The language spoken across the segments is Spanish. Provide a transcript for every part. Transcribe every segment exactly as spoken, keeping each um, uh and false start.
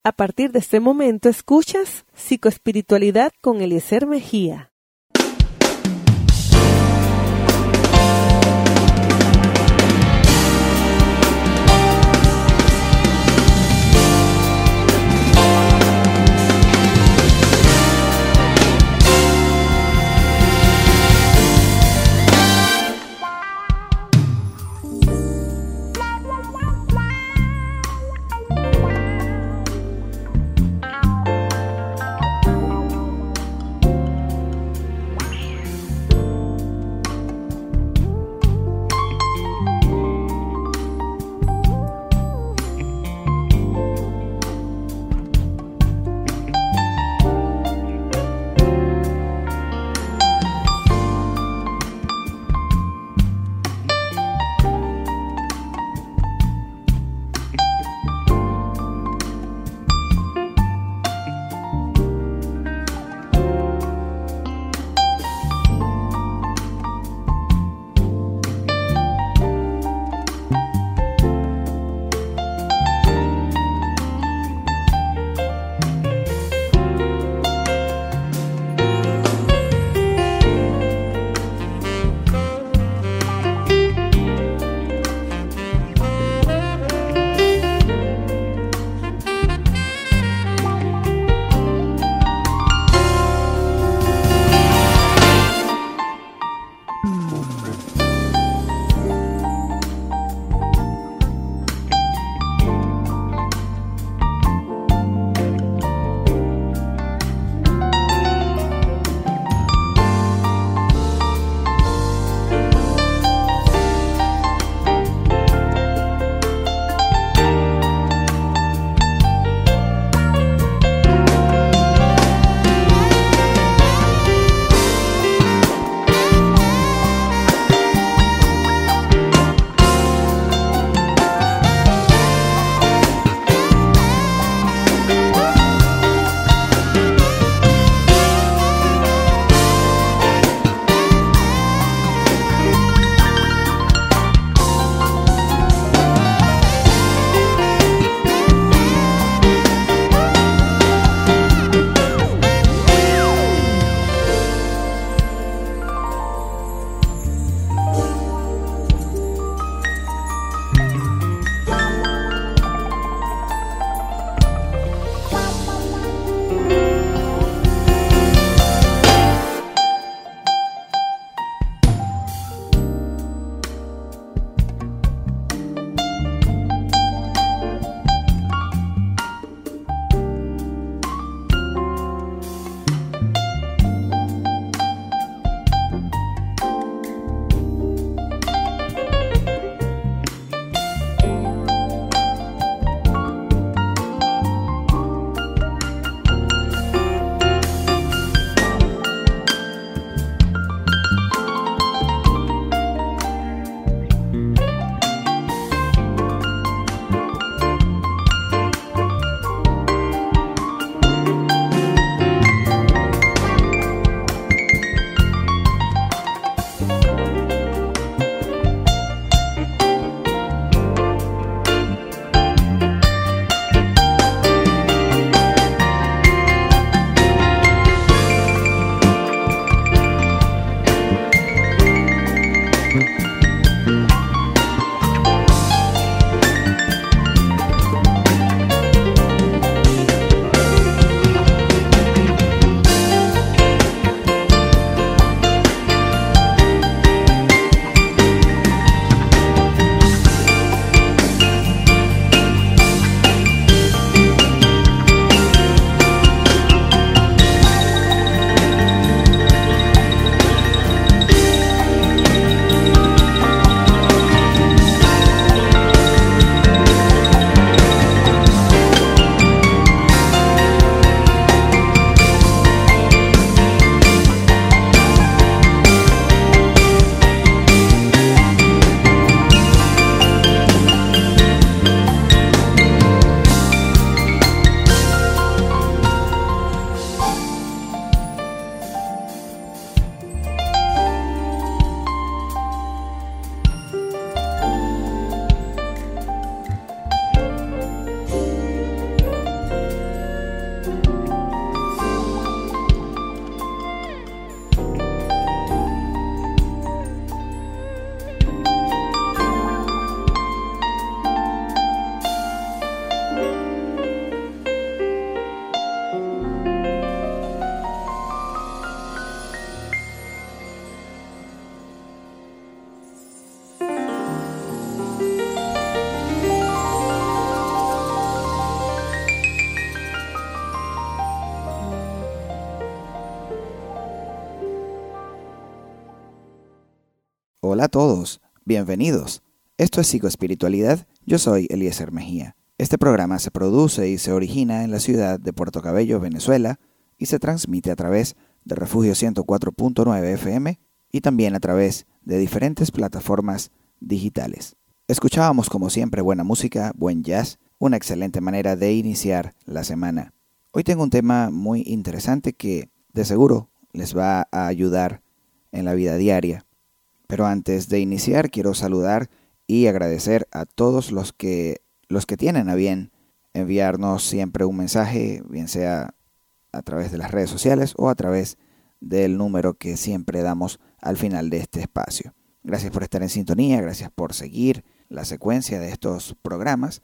A partir de este momento escuchas Psicoespiritualidad con Eliezer Mejía. Hola a todos, bienvenidos. Esto es Psicoespiritualidad, yo soy Eliezer Mejía. Este programa se produce y se origina en la ciudad de Puerto Cabello, Venezuela, y se transmite a través de Refugio ciento cuatro punto nueve F M y también a través de diferentes plataformas digitales. Escuchábamos como siempre buena música, buen jazz, una excelente manera de iniciar la semana. Hoy tengo un tema muy interesante que de seguro les va a ayudar en la vida diaria. Pero antes de iniciar quiero saludar y agradecer a todos los que, los que tienen a bien enviarnos siempre un mensaje, bien sea a través de las redes sociales o a través del número que siempre damos al final de este espacio. Gracias por estar en sintonía, gracias por seguir la secuencia de estos programas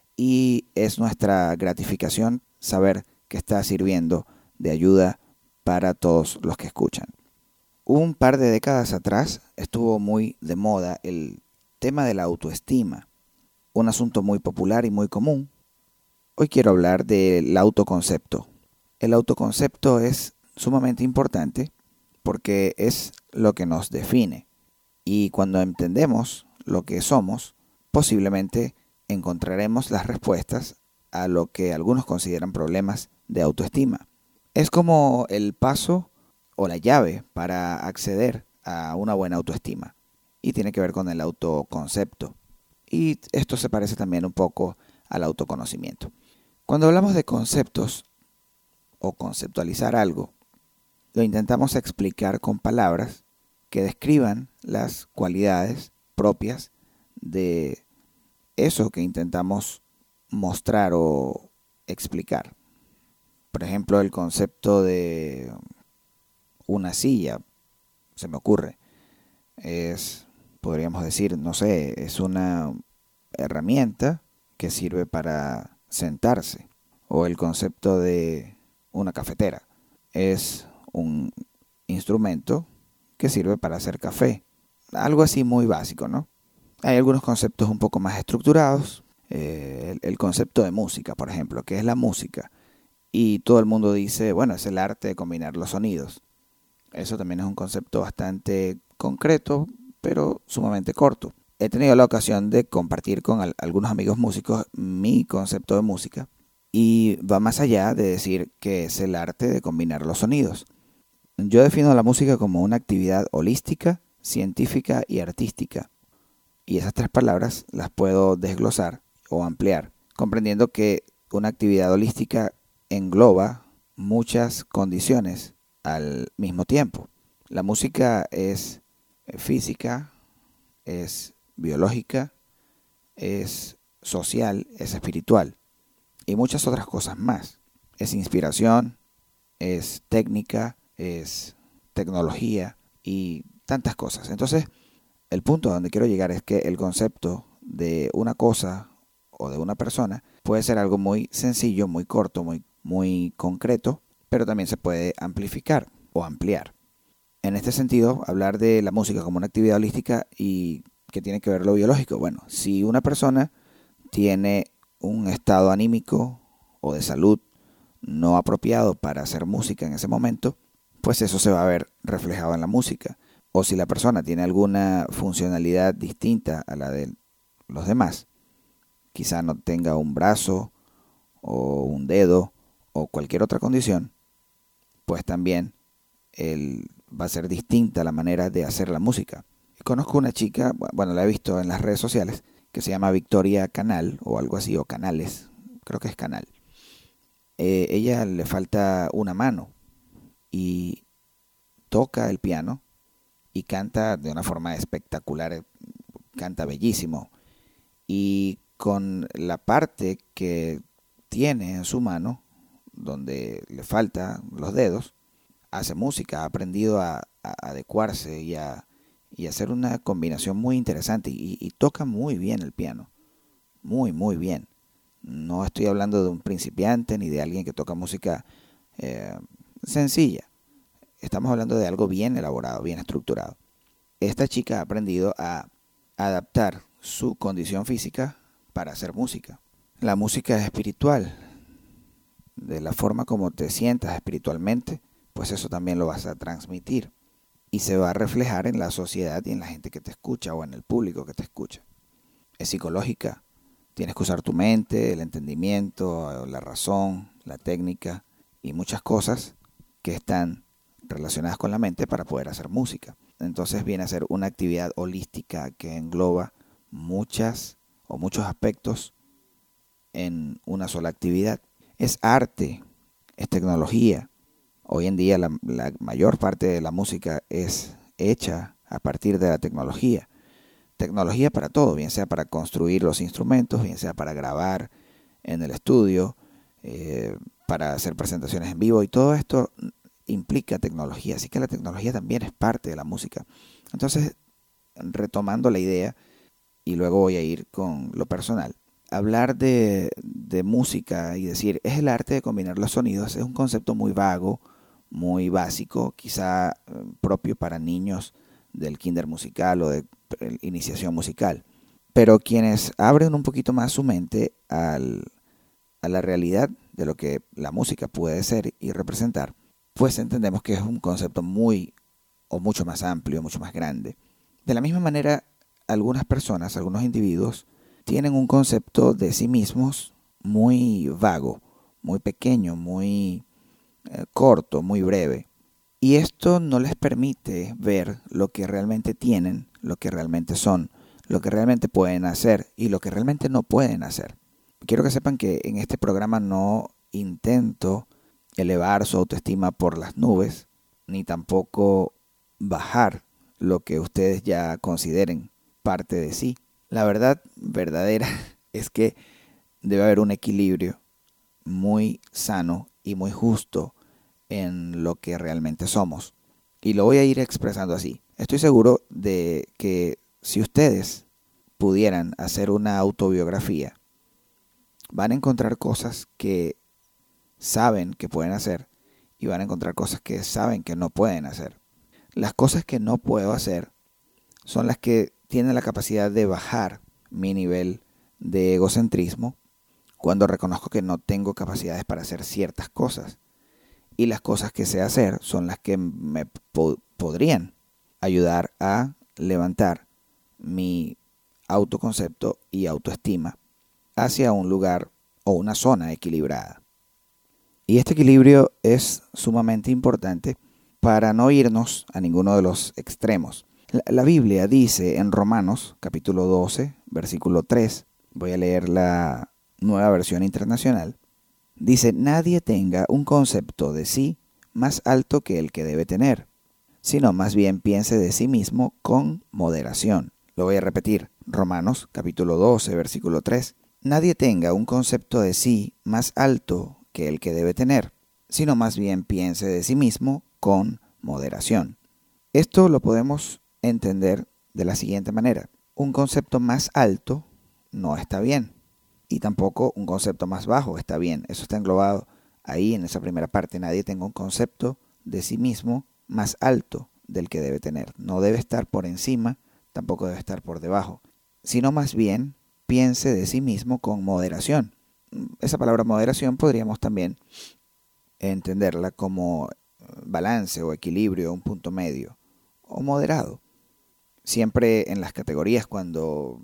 y es nuestra gratificación saber que está sirviendo de ayuda para todos los que escuchan. Un par de décadas atrás estuvo muy de moda el tema de la autoestima, un asunto muy popular y muy común. Hoy quiero hablar del autoconcepto. El autoconcepto es sumamente importante porque es lo que nos define. Y cuando entendemos lo que somos, posiblemente encontraremos las respuestas a lo que algunos consideran problemas de autoestima. Es como el paso o la llave para acceder a una buena autoestima. Y tiene que ver con el autoconcepto. Y esto se parece también un poco al autoconocimiento. Cuando hablamos de conceptos o conceptualizar algo, lo intentamos explicar con palabras que describan las cualidades propias de eso que intentamos mostrar o explicar. Por ejemplo, el concepto de una silla, se me ocurre, es, podríamos decir, no sé, es una herramienta que sirve para sentarse. O el concepto de una cafetera, es un instrumento que sirve para hacer café. Algo así muy básico, ¿no? Hay algunos conceptos un poco más estructurados. Eh, el, el concepto de música, por ejemplo, ¿qué es la música? Y todo el mundo dice, bueno, es el arte de combinar los sonidos. Eso también es un concepto bastante concreto, pero sumamente corto. He tenido la ocasión de compartir con al- algunos amigos músicos mi concepto de música y va más allá de decir que es el arte de combinar los sonidos. Yo defino la música como una actividad holística, científica y artística. Y esas tres palabras las puedo desglosar o ampliar, comprendiendo que una actividad holística engloba muchas condiciones al mismo tiempo. La música es física, es biológica, es social, es espiritual y muchas otras cosas más. Es inspiración, es técnica, es tecnología y tantas cosas. Entonces, el punto a donde quiero llegar es que el concepto de una cosa o de una persona puede ser algo muy sencillo, muy corto, muy, muy concreto, pero también se puede amplificar o ampliar. En este sentido, hablar de la música como una actividad holística y que tiene que ver lo biológico. Bueno, si una persona tiene un estado anímico o de salud no apropiado para hacer música en ese momento, pues eso se va a ver reflejado en la música. O si la persona tiene alguna funcionalidad distinta a la de los demás, quizá no tenga un brazo o un dedo o cualquier otra condición, pues también el, va a ser distinta la manera de hacer la música. Conozco una chica, bueno, la he visto en las redes sociales, que se llama Victoria Canal o algo así, o Canales, creo que es Canal. Eh, ella le falta una mano y toca el piano y canta de una forma espectacular, canta bellísimo. Y con la parte que tiene en su mano, donde le faltan los dedos, hace música, ha aprendido a, a adecuarse y a, y a hacer una combinación muy interesante y, y toca muy bien el piano, muy, muy bien. No estoy hablando de un principiante ni de alguien que toca música eh, sencilla. Estamos hablando de algo bien elaborado, bien estructurado. Esta chica ha aprendido a adaptar su condición física para hacer música. La música es espiritual. De la forma como te sientas espiritualmente, pues eso también lo vas a transmitir. y se va a reflejar en la sociedad y en la gente que te escucha o en el público que te escucha. Es psicológica. Tienes que usar tu mente, el entendimiento, la razón, la técnica y muchas cosas que están relacionadas con la mente para poder hacer música. Entonces viene a ser una actividad holística que engloba muchas o muchos aspectos en una sola actividad. Es arte, es tecnología. Hoy en día la, la mayor parte de la música es hecha a partir de la tecnología. Tecnología para todo, bien sea para construir los instrumentos, bien sea para grabar en el estudio, eh, para hacer presentaciones en vivo, y todo esto implica tecnología, así que la tecnología también es parte de la música. Entonces, retomando la idea, y luego voy a ir con lo personal, hablar de, de música y decir, es el arte de combinar los sonidos, es un concepto muy vago, muy básico, quizá eh, propio para niños del kinder musical o de iniciación musical. Pero quienes abren un poquito más su mente al, a la realidad de lo que la música puede ser y representar, pues entendemos que es un concepto muy o mucho más amplio, mucho más grande. De la misma manera, algunas personas, algunos individuos, tienen un concepto de sí mismos muy vago, muy pequeño, muy eh, corto, muy breve. Y esto no les permite ver lo que realmente tienen, lo que realmente son, lo que realmente pueden hacer y lo que realmente no pueden hacer. Quiero que sepan que en este programa no intento elevar su autoestima por las nubes, ni tampoco bajar lo que ustedes ya consideren parte de sí. La verdad verdadera es que debe haber un equilibrio muy sano y muy justo en lo que realmente somos. Y lo voy a ir expresando así. Estoy seguro de que si ustedes pudieran hacer una autobiografía, van a encontrar cosas que saben que pueden hacer y van a encontrar cosas que saben que no pueden hacer. Las cosas que no puedo hacer son las que tienen la capacidad de bajar mi nivel de egocentrismo cuando reconozco que no tengo capacidades para hacer ciertas cosas. Y las cosas que sé hacer son las que me po- podrían ayudar a levantar mi autoconcepto y autoestima hacia un lugar o una zona equilibrada. Y este equilibrio es sumamente importante para no irnos a ninguno de los extremos. La, la Biblia dice en Romanos capítulo doce, versículo tres, voy a leer la Nueva Versión Internacional. Dice, nadie tenga un concepto de sí más alto que el que debe tener, sino más bien piense de sí mismo con moderación. Lo voy a repetir, Romanos capítulo doce, versículo tres. Nadie tenga un concepto de sí más alto que el que debe tener, sino más bien piense de sí mismo con moderación. Esto lo podemos entender de la siguiente manera. Un concepto más alto no está bien. Y tampoco un concepto más bajo está bien. Eso está englobado ahí en esa primera parte. Nadie tenga un concepto de sí mismo más alto del que debe tener. No debe estar por encima, tampoco debe estar por debajo. Sino más bien piense de sí mismo con moderación. Esa palabra moderación podríamos también entenderla como balance o equilibrio, un punto medio o moderado. Siempre en las categorías, cuando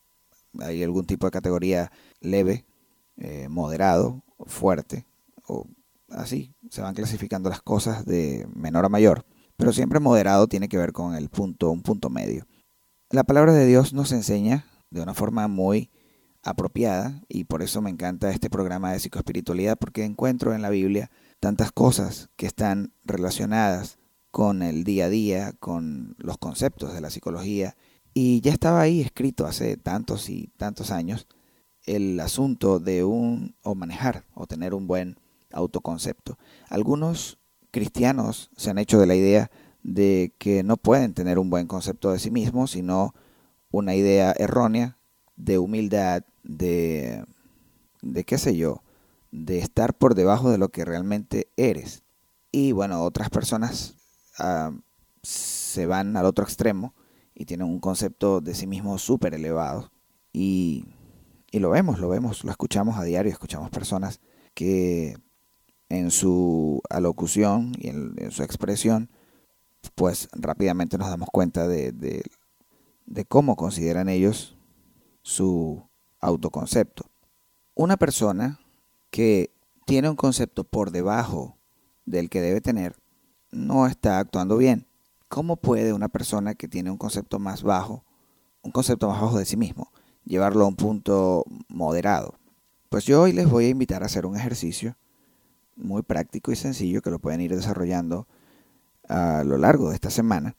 hay algún tipo de categoría leve, eh, moderado, fuerte, o así se van clasificando las cosas de menor a mayor, pero siempre moderado tiene que ver con el punto, un punto medio. La palabra de Dios nos enseña de una forma muy apropiada, y por eso me encanta este programa de psicoespiritualidad, porque encuentro en la Biblia tantas cosas que están relacionadas con el día a día, con los conceptos de la psicología. Y ya estaba ahí escrito hace tantos y tantos años el asunto de un o manejar o tener un buen autoconcepto. Algunos cristianos se han hecho de la idea de que no pueden tener un buen concepto de sí mismos, sino una idea errónea de humildad, de, de qué sé yo, de estar por debajo de lo que realmente eres. Y bueno, otras personas uh, se van al otro extremo y tienen un concepto de sí mismos súper elevado. Y, y lo vemos, lo vemos, lo escuchamos a diario, escuchamos personas que en su alocución y en, en su expresión pues rápidamente nos damos cuenta de, de, de cómo consideran ellos su autoconcepto. Una persona que tiene un concepto por debajo del que debe tener no está actuando bien. ¿Cómo puede una persona que tiene un concepto más bajo, un concepto más bajo de sí mismo, llevarlo a un punto moderado? Pues yo hoy les voy a invitar a hacer un ejercicio muy práctico y sencillo que lo pueden ir desarrollando a lo largo de esta semana,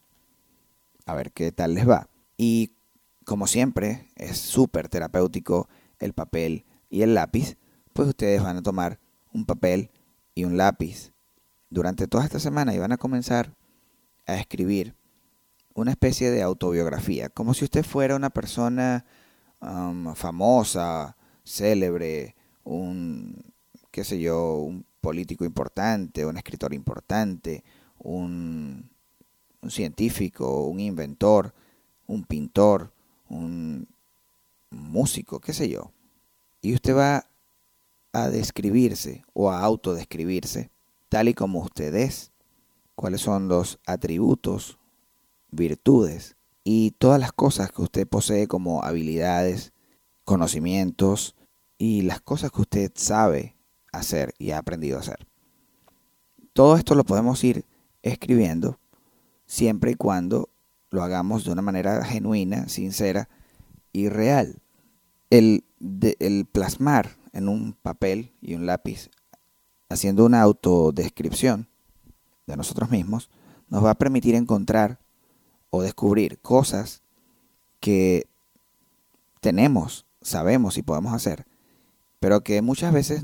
a ver qué tal les va. Y como siempre, es súper terapéutico el papel y el lápiz, pues ustedes van a tomar un papel y un lápiz durante toda esta semana y van a comenzar a escribir una especie de autobiografía, como si usted fuera una persona um, famosa, célebre, un, qué sé yo, un político importante, un escritor importante, un, un científico, un inventor, un pintor, un músico, qué sé yo. Y usted va a describirse o a autodescribirse tal y como usted es, cuáles son los atributos, virtudes y todas las cosas que usted posee como habilidades, conocimientos y las cosas que usted sabe hacer y ha aprendido a hacer. Todo esto lo podemos ir escribiendo siempre y cuando lo hagamos de una manera genuina, sincera y real. El, de, el plasmar en un papel y un lápiz, haciendo una autodescripción de nosotros mismos, nos va a permitir encontrar o descubrir cosas que tenemos, sabemos y podemos hacer, pero que muchas veces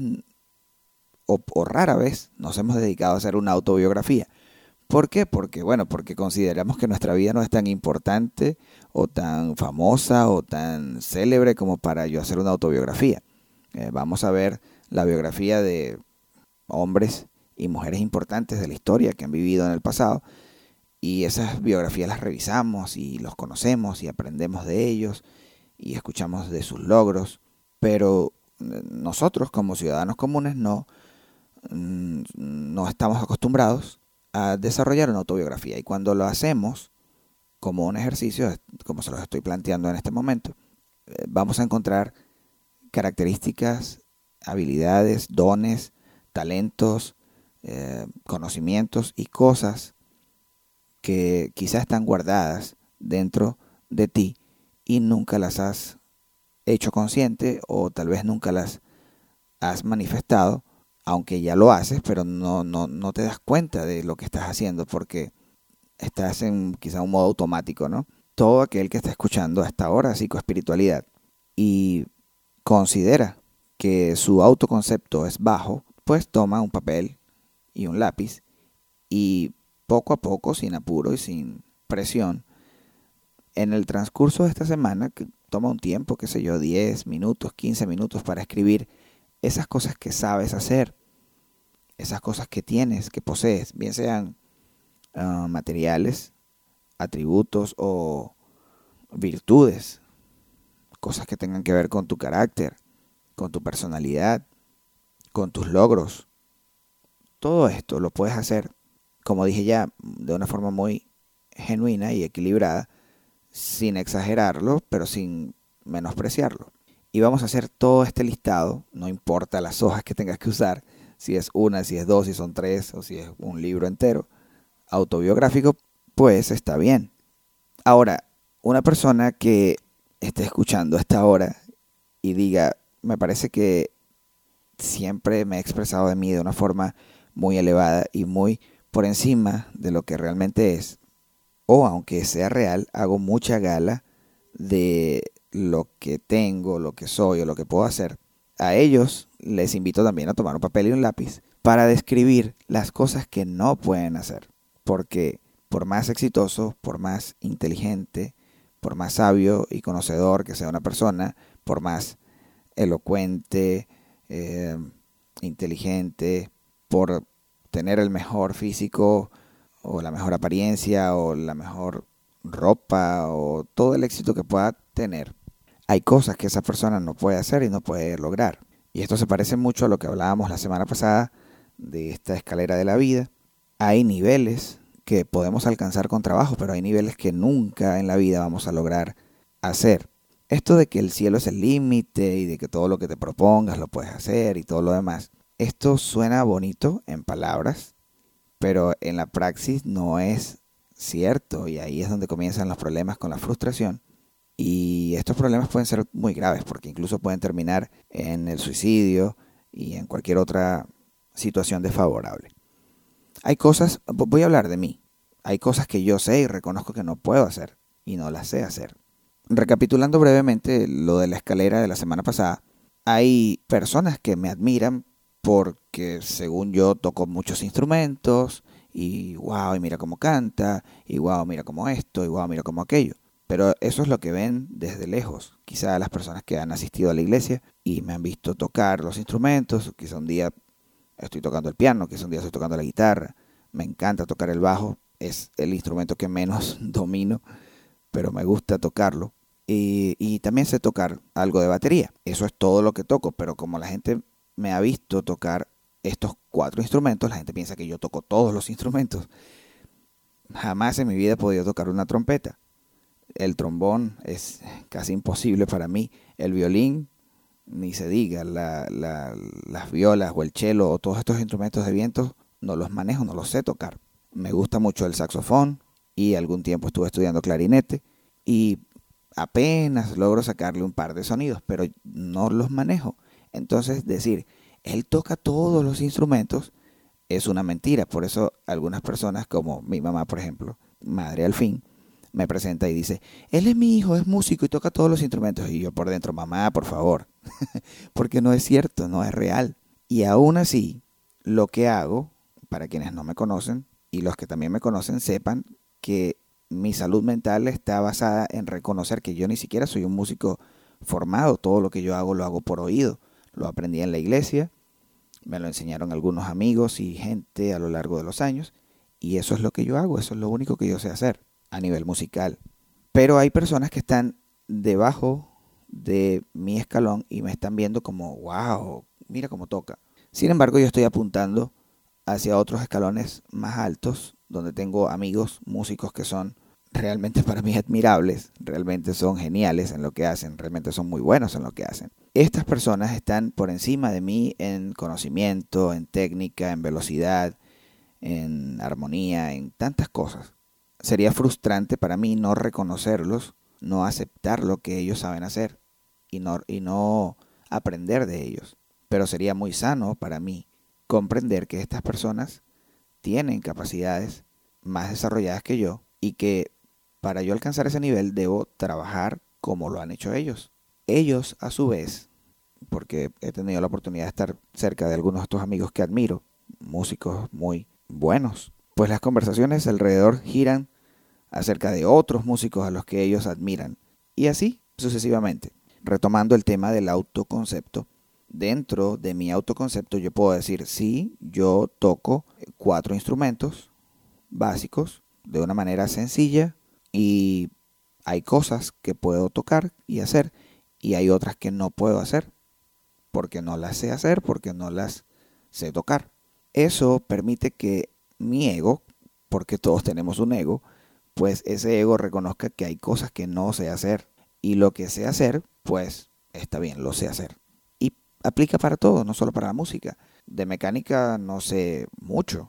o, o rara vez nos hemos dedicado a hacer una autobiografía. ¿Por qué? Porque, bueno, porque consideramos que nuestra vida no es tan importante o tan famosa o tan célebre como para yo hacer una autobiografía. Eh, vamos a ver la biografía de hombres y mujeres importantes de la historia que han vivido en el pasado y esas biografías las revisamos y los conocemos y aprendemos de ellos y escuchamos de sus logros, pero nosotros como ciudadanos comunes no, no estamos acostumbrados a desarrollar una autobiografía y cuando lo hacemos como un ejercicio, como se los estoy planteando en este momento, vamos a encontrar características, habilidades, dones, talentos, eh, conocimientos y cosas que quizás están guardadas dentro de ti y nunca las has hecho consciente o tal vez nunca las has manifestado, aunque ya lo haces, pero no, no, no te das cuenta de lo que estás haciendo porque estás en quizá un modo automático, ¿no? Todo aquel que está escuchando hasta ahora psicoespiritualidad y considera que su autoconcepto es bajo, pues toma un papel y un lápiz y poco a poco, sin apuro y sin presión, en el transcurso de esta semana, que toma un tiempo, qué sé yo, diez minutos, quince minutos para escribir esas cosas que sabes hacer, esas cosas que tienes, que posees, bien sean uh, materiales, atributos o virtudes, cosas que tengan que ver con tu carácter, con tu personalidad, con tus logros. Todo esto lo puedes hacer, como dije ya, de una forma muy genuina y equilibrada, sin exagerarlo, pero sin menospreciarlo. Y vamos a hacer todo este listado, no importa las hojas que tengas que usar, si es una, si es dos, si son tres, o si es un libro entero autobiográfico, pues está bien. Ahora, una persona que esté escuchando a esta hora y diga, me parece que siempre me he expresado de mí de una forma muy elevada y muy por encima de lo que realmente es, o aunque sea real, hago mucha gala de lo que tengo, lo que soy o lo que puedo hacer. A ellos les invito también a tomar un papel y un lápiz para describir las cosas que no pueden hacer. Porque por más exitoso, por más inteligente, por más sabio y conocedor que sea una persona, por más elocuente, eh, inteligente, por tener el mejor físico o la mejor apariencia o la mejor ropa o todo el éxito que pueda tener, hay cosas que esa persona no puede hacer y no puede lograr. Y esto se parece mucho a lo que hablábamos la semana pasada de esta escalera de la vida. Hay niveles que podemos alcanzar con trabajo, pero hay niveles que nunca en la vida vamos a lograr hacer. Esto de que el cielo es el límite y de que todo lo que te propongas lo puedes hacer y todo lo demás, esto suena bonito en palabras, pero en la praxis no es cierto, y ahí es donde comienzan los problemas con la frustración. Y estos problemas pueden ser muy graves porque incluso pueden terminar en el suicidio y en cualquier otra situación desfavorable. Hay cosas, voy a hablar de mí, hay cosas que yo sé y reconozco que no puedo hacer y no las sé hacer. Recapitulando brevemente lo de la escalera de la semana pasada, hay personas que me admiran porque según yo toco muchos instrumentos y wow, y mira cómo canta, y wow, mira cómo esto, y wow, mira cómo aquello. Pero eso es lo que ven desde lejos. Quizá las personas que han asistido a la iglesia y me han visto tocar los instrumentos, quizá un día estoy tocando el piano, quizá un día estoy tocando la guitarra, me encanta tocar el bajo, es el instrumento que menos domino, pero me gusta tocarlo. Y, y también sé tocar algo de batería. Eso es todo lo que toco, pero como la gente me ha visto tocar estos cuatro instrumentos, la gente piensa que yo toco todos los instrumentos. Jamás en mi vida he podido tocar una trompeta. El trombón es casi imposible para mí. El violín, ni se diga, la, la, las violas o el cello o todos estos instrumentos de viento, no los manejo, no los sé tocar. Me gusta mucho el saxofón y algún tiempo estuve estudiando clarinete y apenas logro sacarle un par de sonidos, pero no los manejo. Entonces decir, él toca todos los instrumentos es una mentira. Por eso algunas personas, como mi mamá, por ejemplo, madre al fin, me presenta y dice, él es mi hijo, es músico y toca todos los instrumentos. Y yo por dentro, mamá, por favor, porque no es cierto, no es real. Y aún así, lo que hago, para quienes no me conocen y los que también me conocen, sepan que mi salud mental está basada en reconocer que yo ni siquiera soy un músico formado. Todo lo que yo hago lo hago por oído. Lo aprendí en la iglesia, me lo enseñaron algunos amigos y gente a lo largo de los años. Y eso es lo que yo hago, eso es lo único que yo sé hacer a nivel musical. Pero hay personas que están debajo de mi escalón y me están viendo como, wow, mira cómo toca. Sin embargo, yo estoy apuntando hacia otros escalones más altos, donde tengo amigos músicos que son realmente para mí admirables, realmente son geniales en lo que hacen, realmente son muy buenos en lo que hacen. Estas personas están por encima de mí en conocimiento, en técnica, en velocidad, en armonía, en tantas cosas. Sería frustrante para mí no reconocerlos, no aceptar lo que ellos saben hacer y no, y no aprender de ellos. Pero sería muy sano para mí comprender que estas personas tienen capacidades más desarrolladas que yo y que para yo alcanzar ese nivel debo trabajar como lo han hecho ellos. Ellos, a su vez, porque he tenido la oportunidad de estar cerca de algunos de estos amigos que admiro, músicos muy buenos, pues las conversaciones alrededor giran acerca de otros músicos a los que ellos admiran. Y así sucesivamente. Retomando el tema del autoconcepto, dentro de mi autoconcepto yo puedo decir, sí, yo toco cuatro instrumentos básicos de una manera sencilla y hay cosas que puedo tocar y hacer y hay otras que no puedo hacer porque no las sé hacer, porque no las sé tocar. Eso permite que mi ego, porque todos tenemos un ego, pues ese ego reconozca que hay cosas que no sé hacer y lo que sé hacer, pues está bien, lo sé hacer. Y aplica para todo, no solo para la música. De mecánica no sé mucho,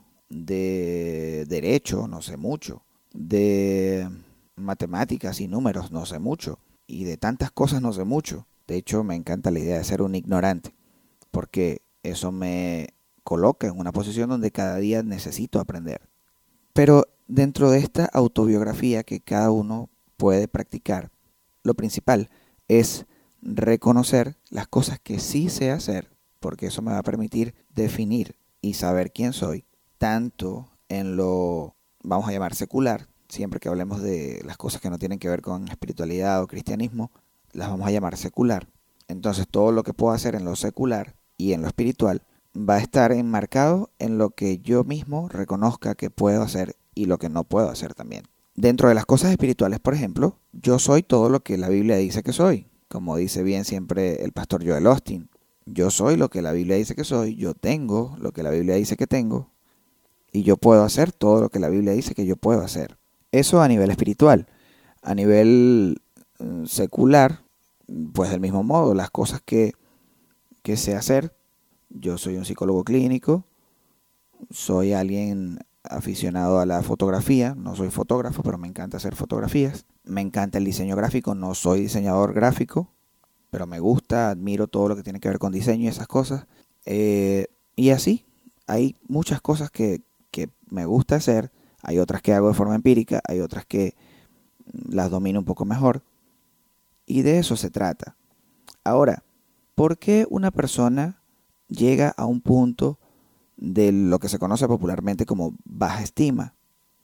de derecho no sé mucho, de matemáticas y números no sé mucho y de tantas cosas no sé mucho. De hecho, me encanta la idea de ser un ignorante porque eso me coloca en una posición donde cada día necesito aprender. Pero dentro de esta autobiografía que cada uno puede practicar, lo principal es reconocer las cosas que sí sé hacer, porque eso me va a permitir definir y saber quién soy, tanto en lo, vamos a llamar secular, siempre que hablemos de las cosas que no tienen que ver con espiritualidad o cristianismo, las vamos a llamar secular. Entonces todo lo que puedo hacer en lo secular y en lo espiritual va a estar enmarcado en lo que yo mismo reconozca que puedo hacer y lo que no puedo hacer también. Dentro de las cosas espirituales, por ejemplo, yo soy todo lo que la Biblia dice que soy. Como dice bien siempre el pastor Joel Osteen, yo soy lo que la Biblia dice que soy, yo tengo lo que la Biblia dice que tengo y yo puedo hacer todo lo que la Biblia dice que yo puedo hacer. Eso a nivel espiritual. A nivel eh, secular, pues del mismo modo, las cosas que, que sé hacer. Yo soy un psicólogo clínico, soy alguien aficionado a la fotografía, no soy fotógrafo, pero me encanta hacer fotografías. Me encanta el diseño gráfico, no soy diseñador gráfico, pero me gusta, admiro todo lo que tiene que ver con diseño y esas cosas. Eh, y así, hay muchas cosas que, que me gusta hacer, hay otras que hago de forma empírica, hay otras que las domino un poco mejor, y de eso se trata. Ahora, ¿por qué una persona llega a un punto de lo que se conoce popularmente como baja estima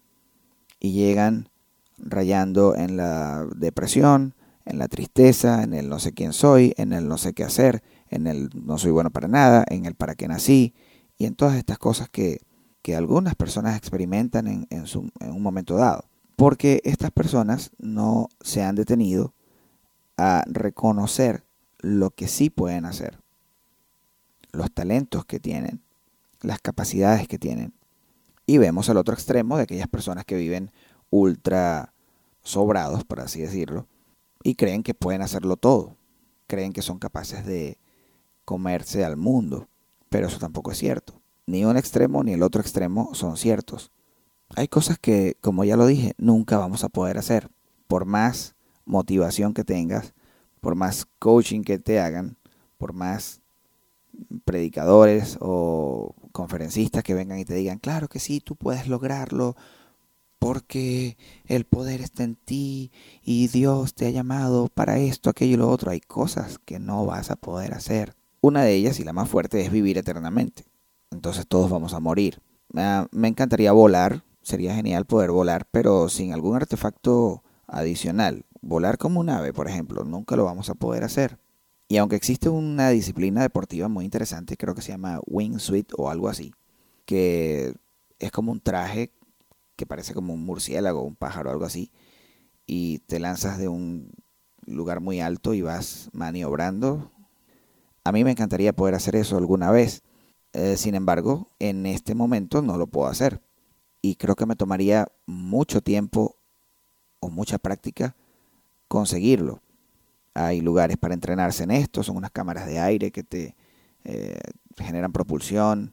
y llegan rayando en la depresión, en la tristeza, en el no sé quién soy, en el no sé qué hacer, en el no soy bueno para nada, en el para qué nací y en todas estas cosas que, que algunas personas experimentan en, en, su, en un momento dado? Porque estas personas no se han detenido a reconocer lo que sí pueden hacer, los talentos que tienen, las capacidades que tienen. Y vemos el otro extremo de aquellas personas que viven ultra sobrados, por así decirlo, y creen que pueden hacerlo todo. Creen que son capaces de comerse al mundo, pero eso tampoco es cierto. Ni un extremo ni el otro extremo son ciertos. Hay cosas que, como ya lo dije, nunca vamos a poder hacer. Por más motivación que tengas, por más coaching que te hagan, por más predicadores o conferencistas que vengan y te digan, claro que sí, tú puedes lograrlo porque el poder está en ti y Dios te ha llamado para esto, aquello y lo otro. Hay cosas que no vas a poder hacer. Una de ellas, y la más fuerte, es vivir eternamente. Entonces todos vamos a morir. Uh, me encantaría volar, sería genial poder volar, pero sin algún artefacto adicional. Volar como un ave, por ejemplo, nunca lo vamos a poder hacer. Y aunque existe una disciplina deportiva muy interesante, creo que se llama wingsuit o algo así, que es como un traje que parece como un murciélago, un pájaro, algo así, y te lanzas de un lugar muy alto y vas maniobrando. A mí me encantaría poder hacer eso alguna vez. Eh, sin embargo, en este momento no lo puedo hacer. Y creo que me tomaría mucho tiempo o mucha práctica conseguirlo. Hay lugares para entrenarse en esto, son unas cámaras de aire que te eh, generan propulsión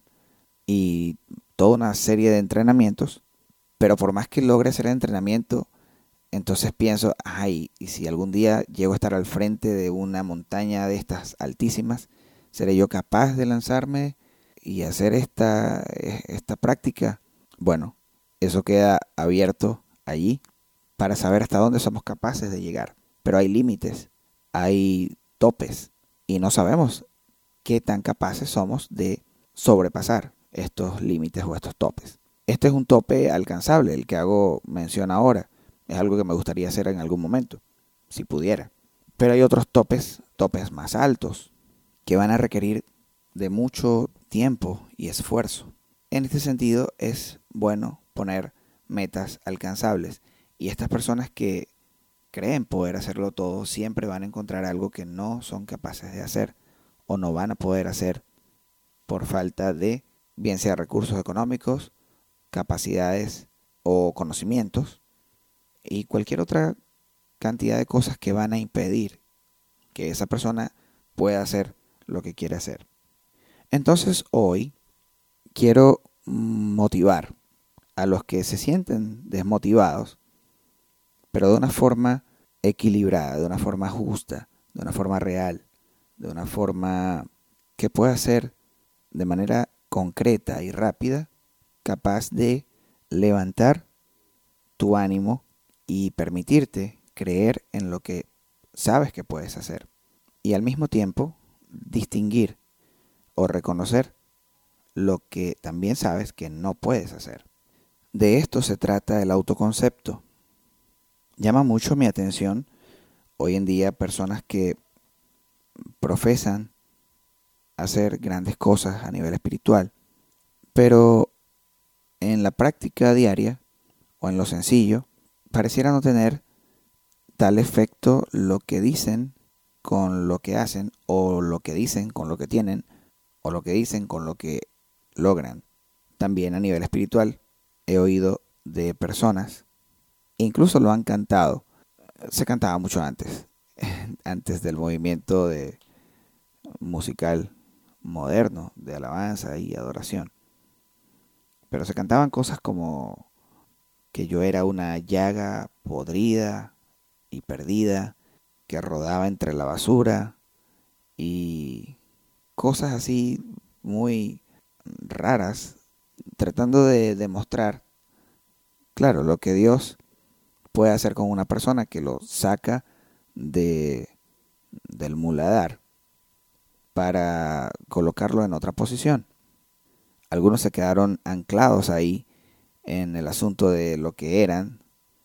y toda una serie de entrenamientos. Pero por más que logre hacer el entrenamiento, entonces pienso, ay, y si algún día llego a estar al frente de una montaña de estas altísimas, ¿seré yo capaz de lanzarme y hacer esta, esta práctica? Bueno, eso queda abierto allí para saber hasta dónde somos capaces de llegar. Pero hay límites, hay topes y no sabemos qué tan capaces somos de sobrepasar estos límites o estos topes. Este es un tope alcanzable, el que hago mención ahora. Es algo que me gustaría hacer en algún momento, si pudiera. Pero hay otros topes, topes más altos, que van a requerir de mucho tiempo y esfuerzo. En este sentido, es bueno poner metas alcanzables. Y estas personas que creen poder hacerlo todo, siempre van a encontrar algo que no son capaces de hacer o no van a poder hacer por falta de, bien sea recursos económicos, capacidades o conocimientos y cualquier otra cantidad de cosas que van a impedir que esa persona pueda hacer lo que quiere hacer. Entonces hoy quiero motivar a los que se sienten desmotivados, pero de una forma equilibrada, de una forma justa, de una forma real, de una forma que pueda ser de manera concreta y rápida, capaz de levantar tu ánimo y permitirte creer en lo que sabes que puedes hacer. Y al mismo tiempo, distinguir o reconocer lo que también sabes que no puedes hacer. De esto se trata el autoconcepto. Llama mucho mi atención hoy en día personas que profesan hacer grandes cosas a nivel espiritual, pero en la práctica diaria o en lo sencillo pareciera no tener tal efecto lo que dicen con lo que hacen, o lo que dicen con lo que tienen, o lo que dicen con lo que logran. También a nivel espiritual he oído de personas, incluso lo han cantado, se cantaba mucho antes, antes del movimiento de musical moderno de alabanza y adoración. Pero se cantaban cosas como que yo era una llaga podrida y perdida que rodaba entre la basura y cosas así muy raras, tratando de demostrar, claro, lo que Dios puede hacer con una persona que lo saca de, del muladar para colocarlo en otra posición. Algunos se quedaron anclados ahí en el asunto de lo que eran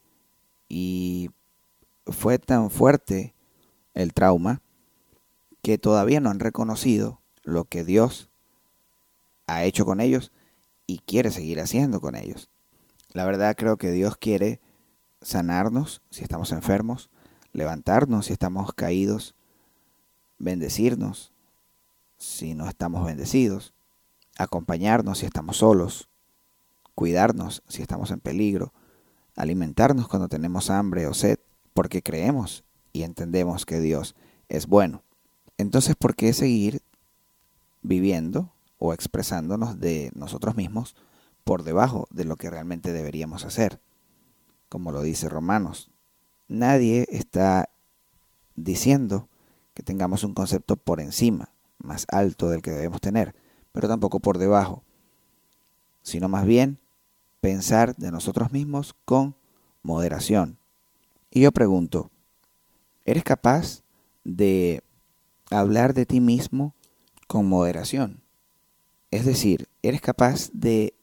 y fue tan fuerte el trauma que todavía no han reconocido lo que Dios ha hecho con ellos y quiere seguir haciendo con ellos. La verdad creo que Dios quiere sanarnos si estamos enfermos, levantarnos si estamos caídos, bendecirnos si no estamos bendecidos, acompañarnos si estamos solos, cuidarnos si estamos en peligro, alimentarnos cuando tenemos hambre o sed, porque creemos y entendemos que Dios es bueno. Entonces, ¿por qué seguir viviendo o expresándonos de nosotros mismos por debajo de lo que realmente deberíamos hacer? Como lo dice Romanos, nadie está diciendo que tengamos un concepto por encima, más alto del que debemos tener, pero tampoco por debajo, sino más bien pensar de nosotros mismos con moderación. Y yo pregunto, ¿eres capaz de hablar de ti mismo con moderación? Es decir, ¿eres capaz de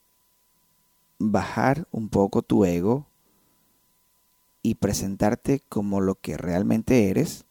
bajar un poco tu ego y presentarte como lo que realmente eres,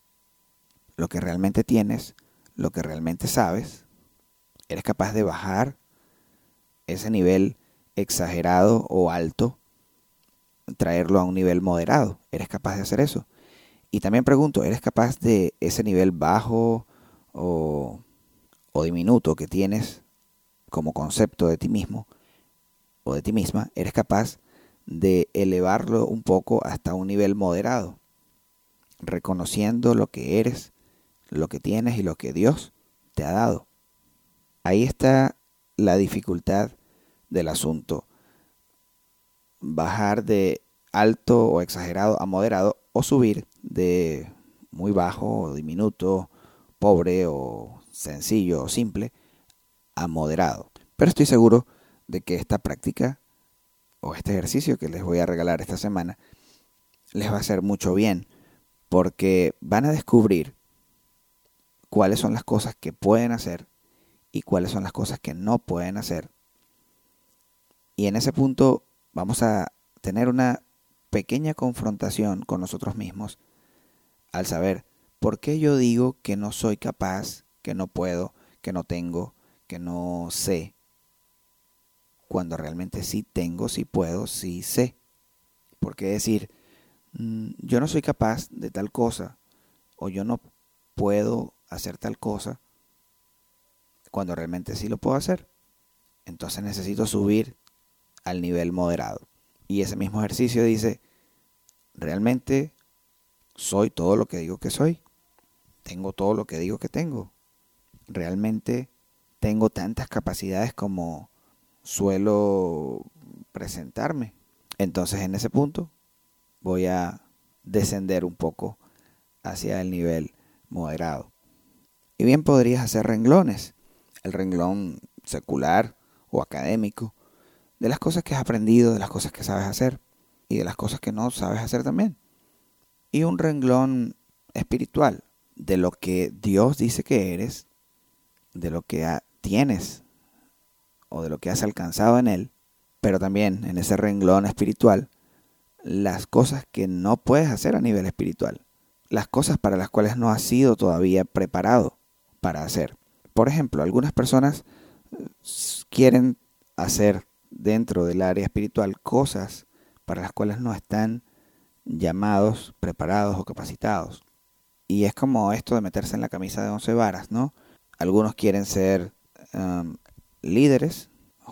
lo que realmente tienes, lo que realmente sabes? ¿Eres capaz de bajar ese nivel exagerado o alto, traerlo a un nivel moderado? ¿Eres capaz de hacer eso? Y también pregunto, ¿eres capaz de ese nivel bajo o, o diminuto que tienes como concepto de ti mismo o de ti misma? ¿Eres capaz de elevarlo un poco hasta un nivel moderado, reconociendo lo que eres, lo que tienes y lo que Dios te ha dado? Ahí está la dificultad del asunto. Bajar de alto o exagerado a moderado, o subir de muy bajo o diminuto, pobre o sencillo o simple a moderado. Pero estoy seguro de que esta práctica o este ejercicio que les voy a regalar esta semana les va a hacer mucho bien, porque van a descubrir cuáles son las cosas que pueden hacer y cuáles son las cosas que no pueden hacer. Y en ese punto vamos a tener una pequeña confrontación con nosotros mismos al saber por qué yo digo que no soy capaz, que no puedo, que no tengo, que no sé, cuando realmente sí tengo, sí puedo, sí sé. ¿Por qué decir, mmm, yo no soy capaz de tal cosa o yo no puedo hacer tal cosa cuando realmente sí lo puedo hacer? Entonces necesito subir al nivel moderado. Y ese mismo ejercicio dice, ¿realmente soy todo lo que digo que soy? ¿Tengo todo lo que digo que tengo? ¿Realmente tengo tantas capacidades como suelo presentarme? Entonces en ese punto voy a descender un poco hacia el nivel moderado. Y bien podrías hacer renglones, el renglón secular o académico, de las cosas que has aprendido, de las cosas que sabes hacer y de las cosas que no sabes hacer también. Y un renglón espiritual, de lo que Dios dice que eres, de lo que ha, tienes o de lo que has alcanzado en Él, pero también en ese renglón espiritual, las cosas que no puedes hacer a nivel espiritual, las cosas para las cuales no has sido todavía preparado para hacer. Por ejemplo, algunas personas quieren hacer dentro del área espiritual cosas para las cuales no están llamados, preparados o capacitados. Y es como esto de meterse en la camisa de once varas, ¿no? Algunos quieren ser um, líderes,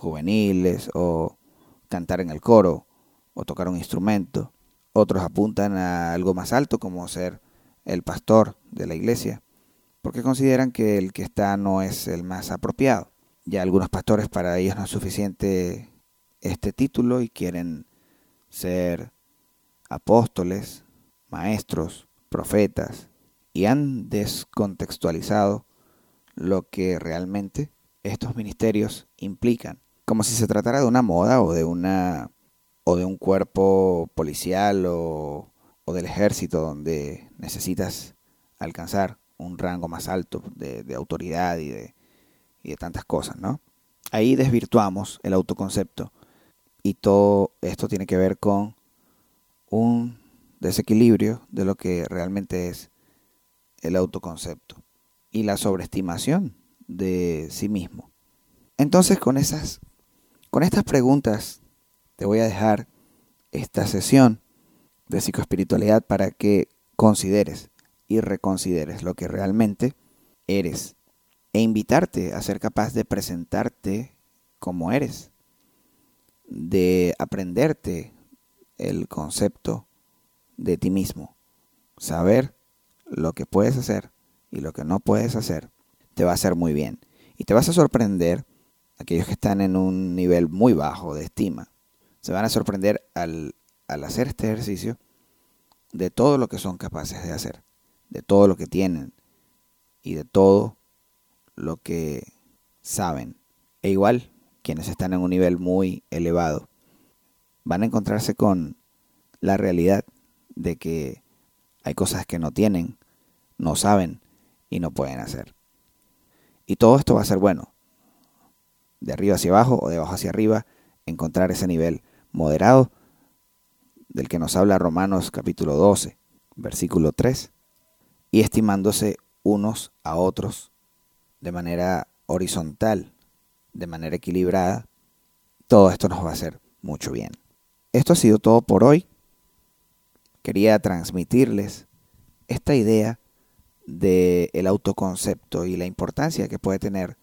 juveniles o cantar en el coro o tocar un instrumento. Otros apuntan a algo más alto como ser el pastor de la iglesia, porque consideran que el que está no es el más apropiado. Ya algunos pastores, para ellos no es suficiente este título y quieren ser apóstoles, maestros, profetas, y han descontextualizado lo que realmente estos ministerios implican, como si se tratara de una moda o de una o de un cuerpo policial o, o del ejército donde necesitas alcanzar un rango más alto de, de autoridad y de, y de tantas cosas, ¿no? Ahí desvirtuamos el autoconcepto y todo esto tiene que ver con un desequilibrio de lo que realmente es el autoconcepto y la sobreestimación de sí mismo. Entonces, con esas, con estas preguntas te voy a dejar esta sesión de psicoespiritualidad para que consideres y reconsideres lo que realmente eres e invitarte a ser capaz de presentarte como eres, de aprenderte el concepto de ti mismo, saber lo que puedes hacer y lo que no puedes hacer, te va a hacer muy bien. Y te vas a sorprender, aquellos que están en un nivel muy bajo de estima, se van a sorprender al, al hacer este ejercicio de todo lo que son capaces de hacer, de todo lo que tienen y de todo lo que saben. E igual, quienes están en un nivel muy elevado van a encontrarse con la realidad de que hay cosas que no tienen, no saben y no pueden hacer. Y todo esto va a ser bueno, de arriba hacia abajo o de abajo hacia arriba, encontrar ese nivel moderado del que nos habla Romanos capítulo doce, versículo tres, y estimándose unos a otros de manera horizontal, de manera equilibrada. Todo esto nos va a hacer mucho bien. Esto ha sido todo por hoy. Quería transmitirles esta idea del autoconcepto y la importancia que puede tener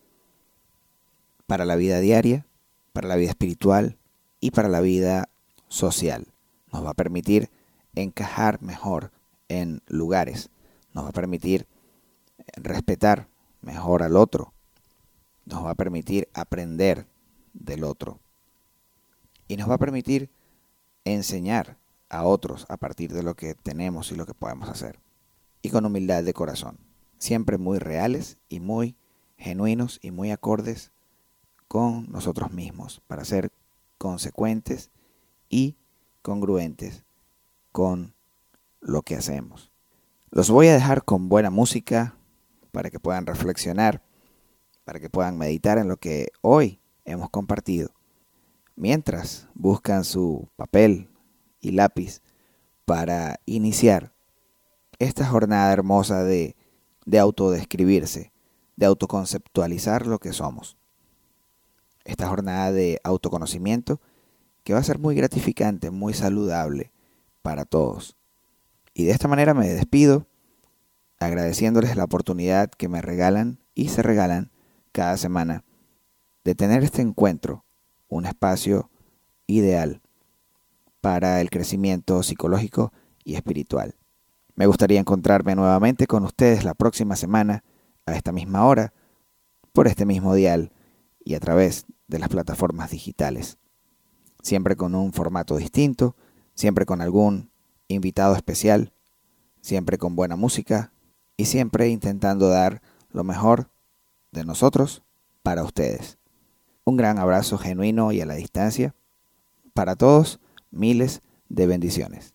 para la vida diaria, para la vida espiritual y para la vida social. Nos va a permitir encajar mejor en lugares, nos va a permitir respetar mejor al otro, nos va a permitir aprender del otro y nos va a permitir enseñar a otros a partir de lo que tenemos y lo que podemos hacer. Y con humildad de corazón, siempre muy reales y muy genuinos y muy acordes con nosotros mismos, para ser consecuentes y congruentes con lo que hacemos. Los voy a dejar con buena música para que puedan reflexionar, para que puedan meditar en lo que hoy hemos compartido, mientras buscan su papel y lápiz para iniciar esta jornada hermosa de, de autodescribirse, de autoconceptualizar lo que somos. Esta jornada de autoconocimiento que va a ser muy gratificante, muy saludable para todos. Y de esta manera me despido, agradeciéndoles la oportunidad que me regalan y se regalan cada semana de tener este encuentro, un espacio ideal para el crecimiento psicológico y espiritual. Me gustaría encontrarme nuevamente con ustedes la próxima semana a esta misma hora, por este mismo dial y a través de las plataformas digitales. Siempre con un formato distinto, siempre con algún invitado especial, siempre con buena música y siempre intentando dar lo mejor de nosotros para ustedes. Un gran abrazo genuino y a la distancia. Para todos, miles de bendiciones.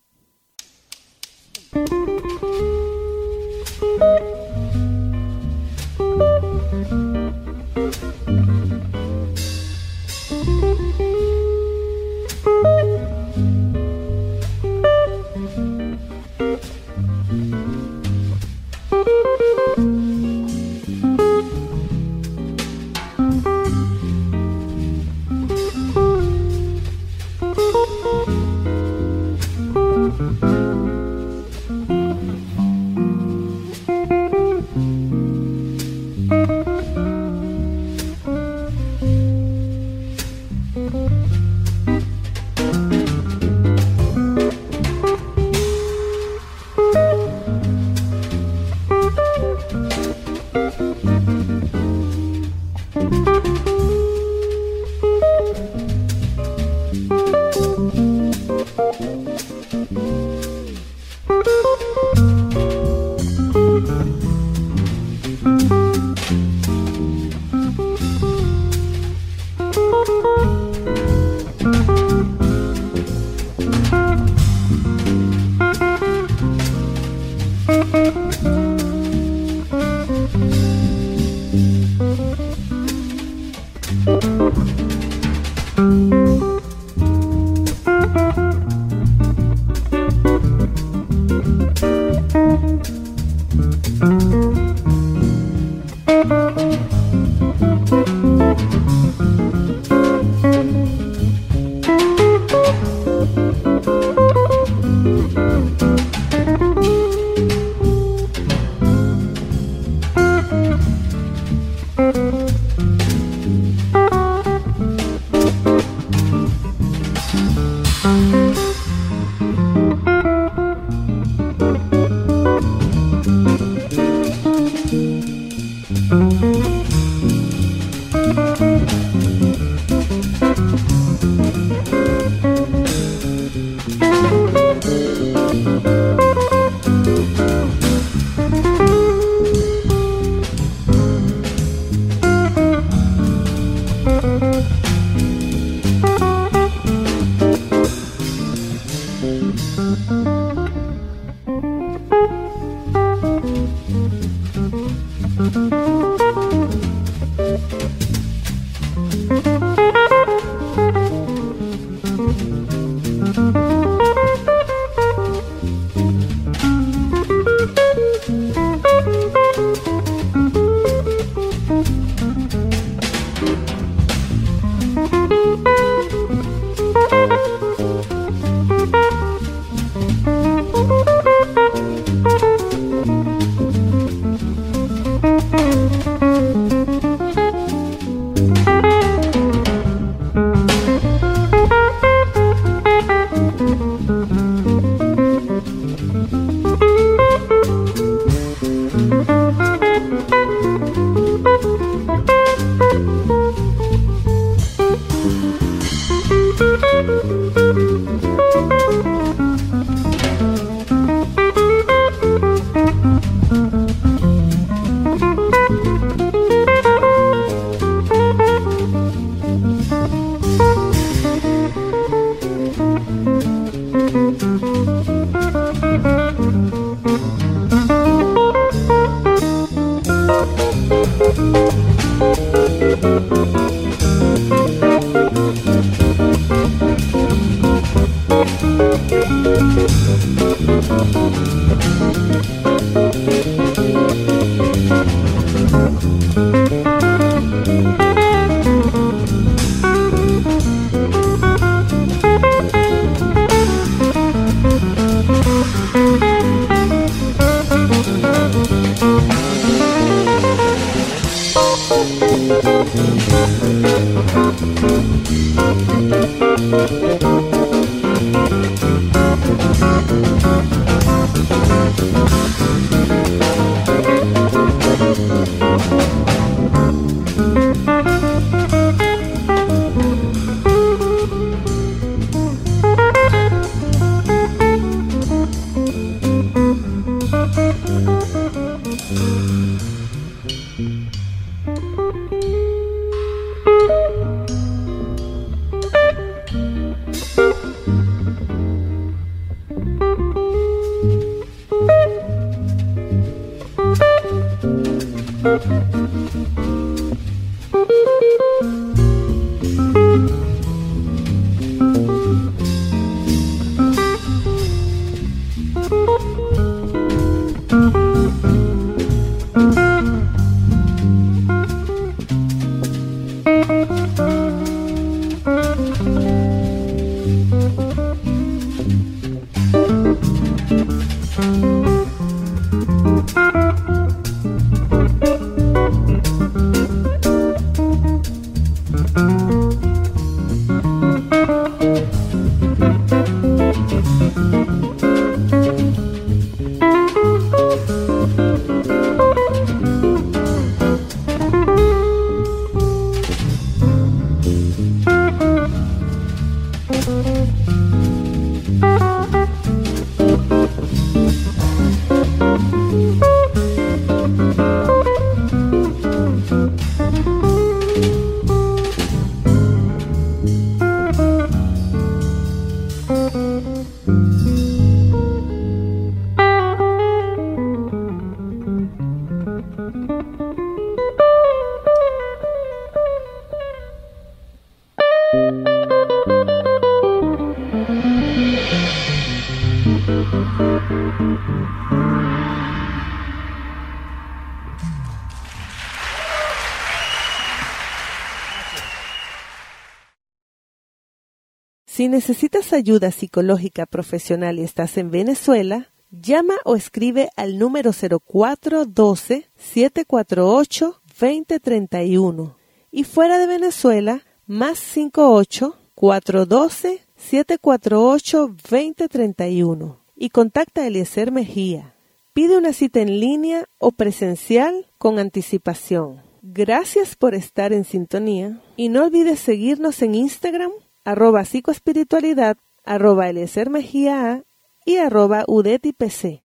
Si necesitas ayuda psicológica profesional y estás en Venezuela, llama o escribe al número cero cuatro uno dos, siete cuatro ocho, dos cero tres uno y fuera de Venezuela, más cinco ocho, cuatro uno dos, siete cuatro ocho, dos cero tres uno y contacta a Eliezer Mejía. Pide una cita en línea o presencial con anticipación. Gracias por estar en sintonía y no olvides seguirnos en Instagram, arroba psicoespiritualidad, arroba Eliezer Mejía A y arroba udetipc.